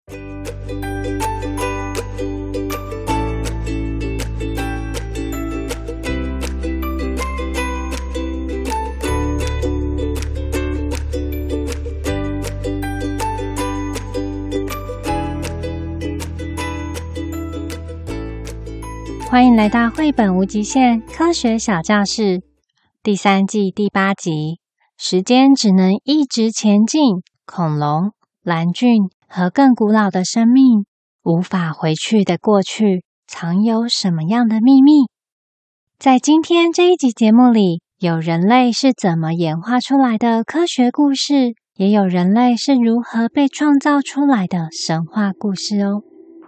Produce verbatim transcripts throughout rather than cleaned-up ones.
欢迎来到绘本无极限科学小教室第三季第八集，时间只能一直前进，恐龙、蓝菌和更古老的生命，无法回去的过去藏有什么样的秘密？在今天这一集节目里，有人类是怎么演化出来的科学故事，也有人类是如何被创造出来的神话故事哦。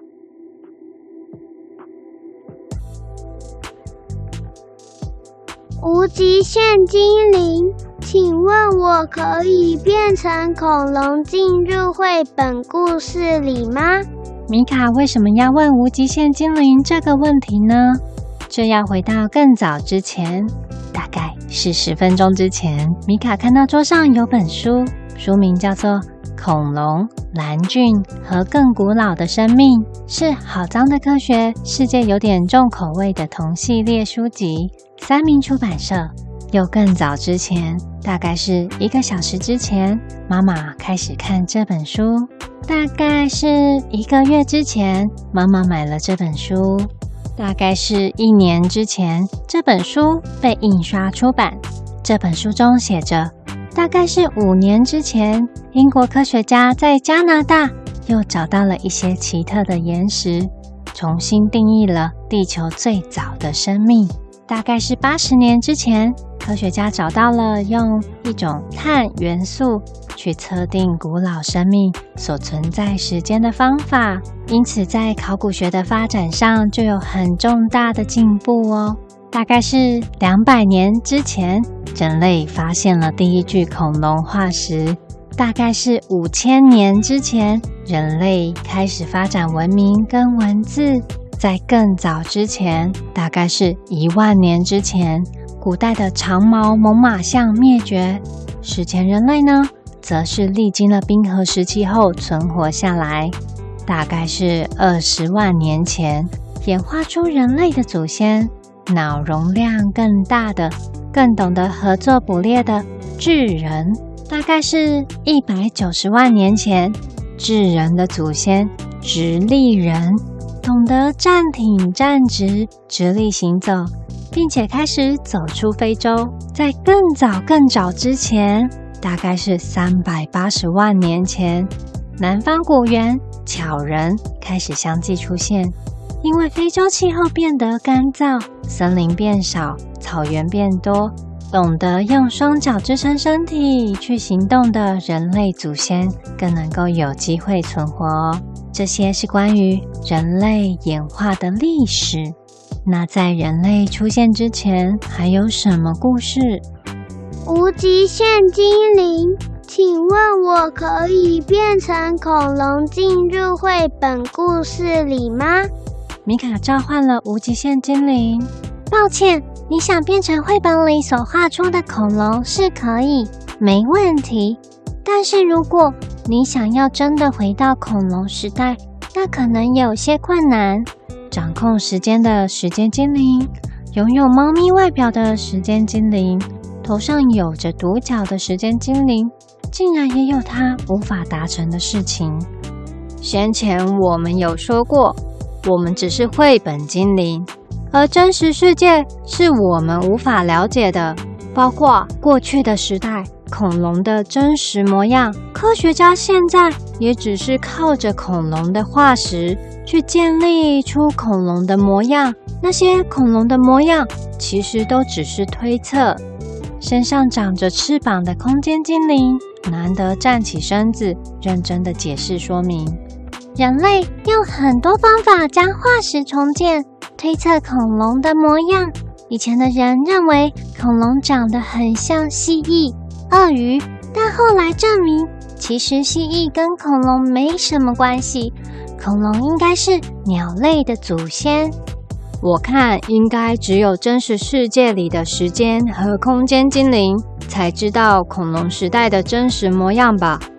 无极限精灵，请问我可以变成恐龙进入绘本故事里吗？ 米卡为什么要问无极限精灵这个问题呢？这要回到更早之前，大概是十分钟之前，米卡看到桌上有本书，书名叫做《恐龙、蓝菌和更古老的生命》，是好脏的科学世界有点重口味的同系列书籍，三民出版社。又更早之前，大概是一个小时之前，妈妈开始看这本书。大概是一个月之前，妈妈买了这本书。大概是一年之前，这本书被印刷出版。这本书中写着，大概是五年之前，英国科学家在加拿大又找到了一些奇特的岩石，重新定义了地球最早的生命。大概是八十年之前，科学家找到了用一种碳元素去测定古老生命所存在时间的方法，因此在考古学的发展上就有很重大的进步哦。大概是两百年之前，人类发现了第一具恐龙化石。大概是五千年之前，人类开始发展文明跟文字。在更早之前，大概是一万年之前，古代的长毛猛犸象灭绝。史前人类呢，则是历经了冰河时期后存活下来。大概是二十万年前，演化出人类的祖先，脑容量更大的、更懂得合作捕猎的智人。大概是一百九十万年前，智人的祖先直立人，懂得站挺站直，直立行走，并且开始走出非洲。在更早更早之前，大概是三百八十万年前，南方古猿、巧人开始相继出现。因为非洲气候变得干燥，森林变少，草原变多，懂得用双脚支撑身体去行动的人类祖先更能够有机会存活哦。这些是关于人类演化的历史。那在人类出现之前，还有什么故事？ 无极限精灵，请问我可以变成恐龙进入绘本故事里吗？ 米卡召唤了无极限精灵。 抱歉，你想变成绘本里所画出的恐龙是可以，没问题。但是如果你想要真的回到恐龙时代，那可能有些困难。 掌控时间的时间精灵，拥有猫咪外表的时间精灵，头上有着独角的时间精灵，竟然也有它无法达成的事情。先前我们有说过，我们只是绘本精灵，而真实世界是我们无法了解的，包括过去的时代恐龙的真实模样，科学家现在也只是靠着恐龙的化石去建立出恐龙的模样，那些恐龙的模样其实都只是推测。身上长着翅膀的空间精灵难得站起身子，认真的解释说明。 人类用很多方法将化石重建，推测恐龙的模样。以前的人认为恐龙长得很像蜥蜴、鳄鱼，但后来证明，其实蜥蜴跟恐龙没什么关系，恐龙应该是鸟类的祖先。 我看应该只有真实世界里的时间和空间精灵才知道恐龙时代的真实模样吧。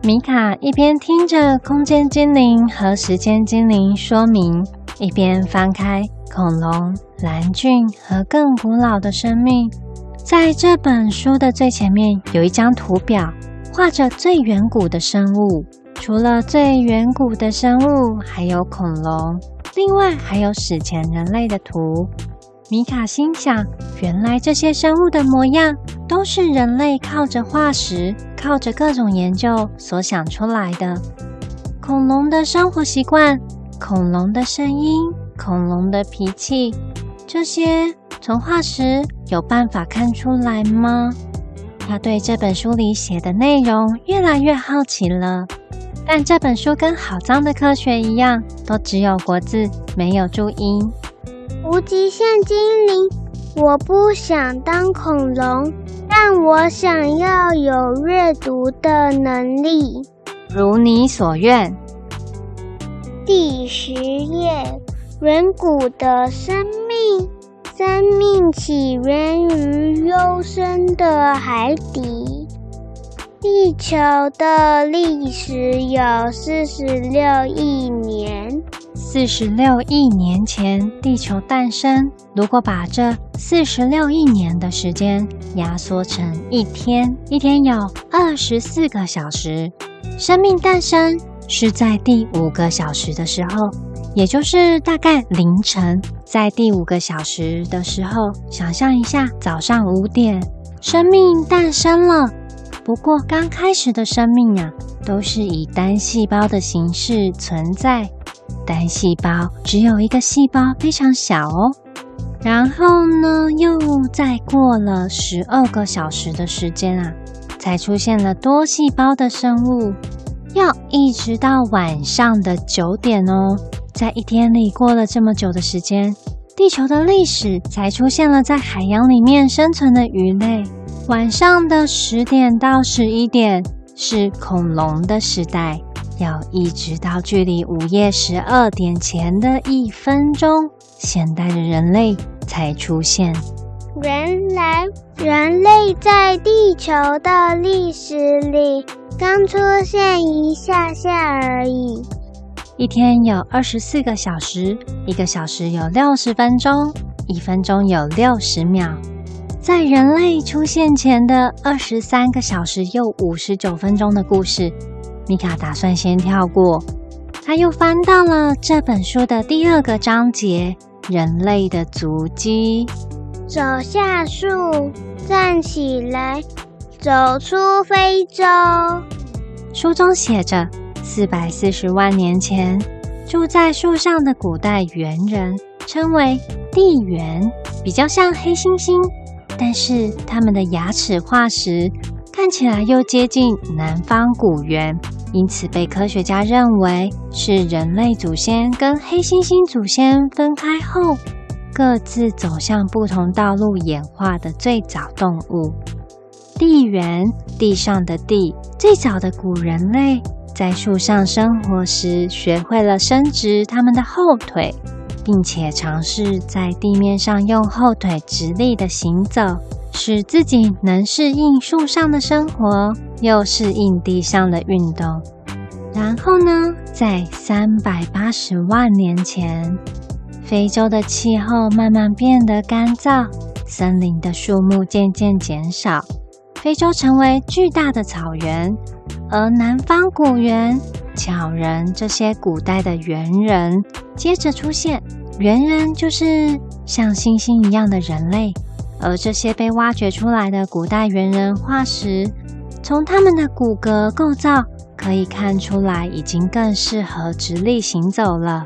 米卡一边听着空间精灵和时间精灵说明，一边翻开恐龙、蓝菌和更古老的生命。在这本书的最前面有一张图表，画着最远古的生物。除了最远古的生物，还有恐龙，另外还有史前人类的图。米卡心想，原来这些生物的模样都是人类靠着化石、靠着各种研究所想出来的。恐龙的生活习惯、恐龙的声音、恐龙的脾气，这些从化石有办法看出来吗？他对这本书里写的内容越来越好奇了。但这本书跟好脏的科学一样，都只有国字，没有注音。 无极限精灵，我不想当恐龙，但我想要有阅读的能力。 如你所愿。 第十页，远古的生命。生命起源于幽深的海底。地球的历史有四十六亿年。 四十六亿年前，地球诞生。如果把这四十六亿年的时间压缩成一天，一天有二十四个小时。生命诞生是在第五个小时的时候，也就是大概凌晨。在第五个小时的时候，想象一下，早上五点，生命诞生了。不过刚开始的生命啊，都是以单细胞的形式存在。单细胞只有一个细胞，非常小哦。然后呢，又再过了十二个小时的时间啊，才出现了多细胞的生物。要一直到晚上的九点哦，在一天里过了这么久的时间，地球的历史才出现了在海洋里面生存的鱼类。晚上的十点到十一点是恐龙的时代，要一直到距离午夜十二点前的一分钟，现代的人类才出现。 原来人类在地球的历史里刚出现一下下而已。 一天有二十四个小时，一个小时有六十分钟，一分钟有六十秒。在人类出现前的二十三个小时又五十九分钟的故事，米卡打算先跳过。他又翻到了这本书的第二个章节，人类的足迹。 走下树，站起来，走出非洲。 书中写着，四百四十万年前，住在树上的古代猿人称为地猿，比较像黑猩猩，但是他们的牙齿化石看起来又接近南方古猿，因此被科学家认为是人类祖先跟黑猩猩祖先分开后，各自走向不同道路演化的最早动物。地猿，地上的地，最早的古人类在树上生活时，学会了伸直他们的后腿，并且尝试在地面上用后腿直立的行走，使自己能适应树上的生活，又适应地上的运动。然后呢，在三百八十万年前，非洲的气候慢慢变得干燥，森林的树木渐渐减少，非洲成为巨大的草原。而南方古猿、巧人这些古代的猿人接着出现。猿人就是像猩猩一样的人类，而这些被挖掘出来的古代猿人化石，从他们的骨骼构造可以看出来，已经更适合直立行走了。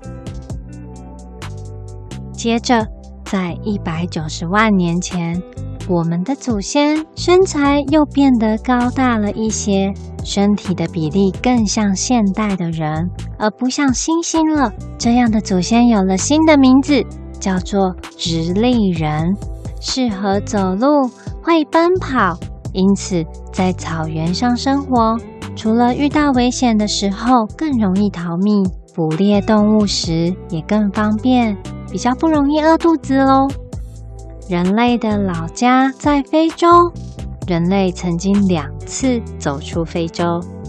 接着，在一百九十万年前，我们的祖先身材又变得高大了一些，身体的比例更像现代的人，而不像猩猩了。这样的祖先有了新的名字，叫做直立人，适合走路，会奔跑，因此在草原上生活，除了遇到危险的时候更容易逃命，捕猎动物时也更方便，比较不容易饿肚子咯。人类的老家在非洲，人类曾经两次走出非洲。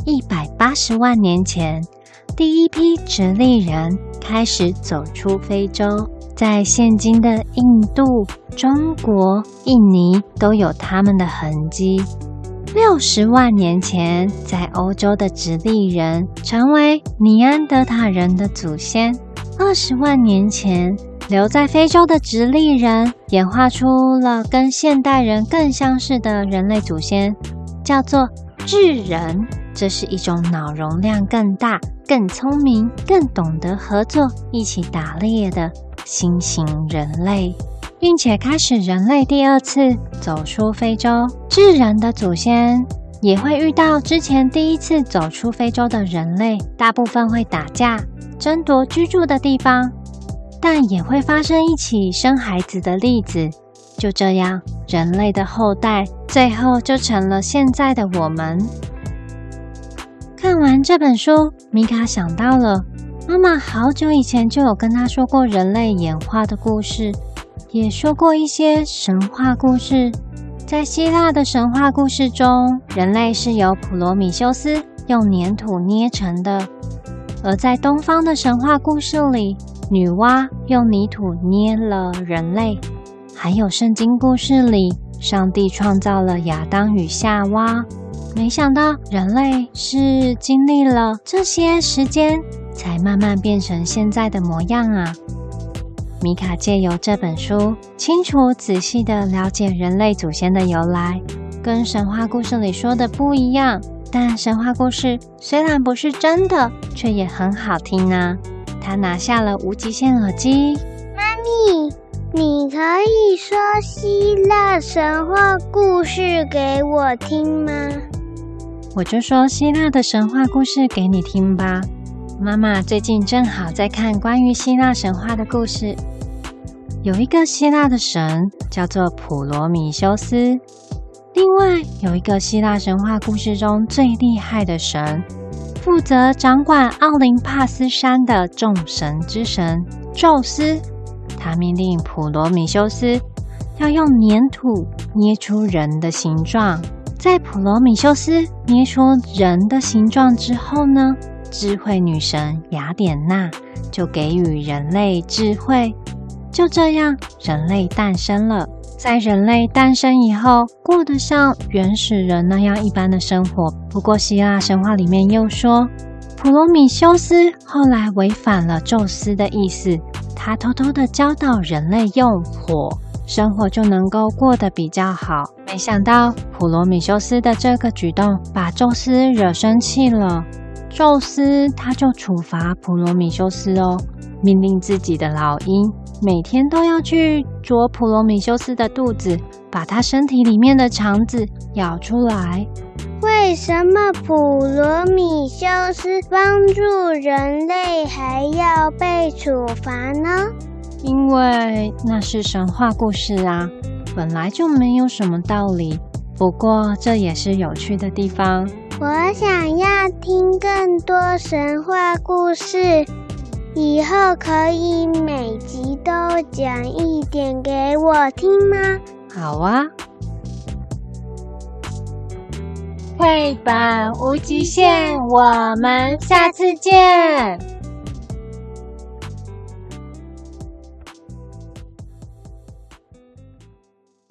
一百八十万年前，第一批直立人开始走出非洲，在现今的印度、中国、印尼都有他们的痕迹。六十万年前，在欧洲的直立人成为尼安德塔人的祖先。二十万年前，留在非洲的直立人演化出了跟现代人更相似的人类祖先，叫做智人。这是一种脑容量更大、更聪明、更懂得合作、一起打猎的新型人类，并且开始人类第二次走出非洲。智人的祖先也会遇到之前第一次走出非洲的人类，大部分会打架，争夺居住的地方，但也会发生一起生孩子的例子。就这样，人类的后代最后就成了现在的我们。看完这本书，米卡想到了妈妈好久以前就有跟她说过人类演化的故事，也说过一些神话故事。在希腊的神话故事中，人类是由普罗米修斯用粘土捏成的，而在东方的神话故事里，女娲用泥土捏了人类。还有圣经故事里，上帝创造了亚当与夏娃。没想到人类是经历了这些时间，才慢慢变成现在的模样啊。米卡借由这本书，清楚仔细地了解人类祖先的由来，跟神话故事里说的不一样。但神话故事虽然不是真的，却也很好听啊。他拿下了无极限耳机。 妈咪，你可以说希腊神话故事给我听吗？ 我就说希腊的神话故事给你听吧。妈妈最近正好在看关于希腊神话的故事。有一个希腊的神叫做普罗米修斯，另外有一个希腊神话故事中最厉害的神，负责掌管奥林帕斯山的众神之神宙斯。他命令普罗米修斯要用粘土捏出人的形状。在普罗米修斯捏出人的形状之后呢，智慧女神雅典娜就给予人类智慧。就这样，人类诞生了。在人类诞生以后，过得像原始人那样一般的生活。不过希腊神话里面又说，普罗米修斯后来违反了宙斯的意思，他偷偷的教导人类用火，生活就能够过得比较好。没想到普罗米修斯的这个举动把宙斯惹生气了，宙斯他就处罚普罗米修斯哦，命令自己的老鹰每天都要去啄普罗米修斯的肚子，把他身体里面的肠子咬出来。 为什么普罗米修斯帮助人类还要被处罚呢？ 因为那是神话故事啊，本来就没有什么道理。不过这也是有趣的地方。 我想要听更多神话故事，以后可以每集都讲一点给我听吗？ 好啊。绘本无极限，我们下次见。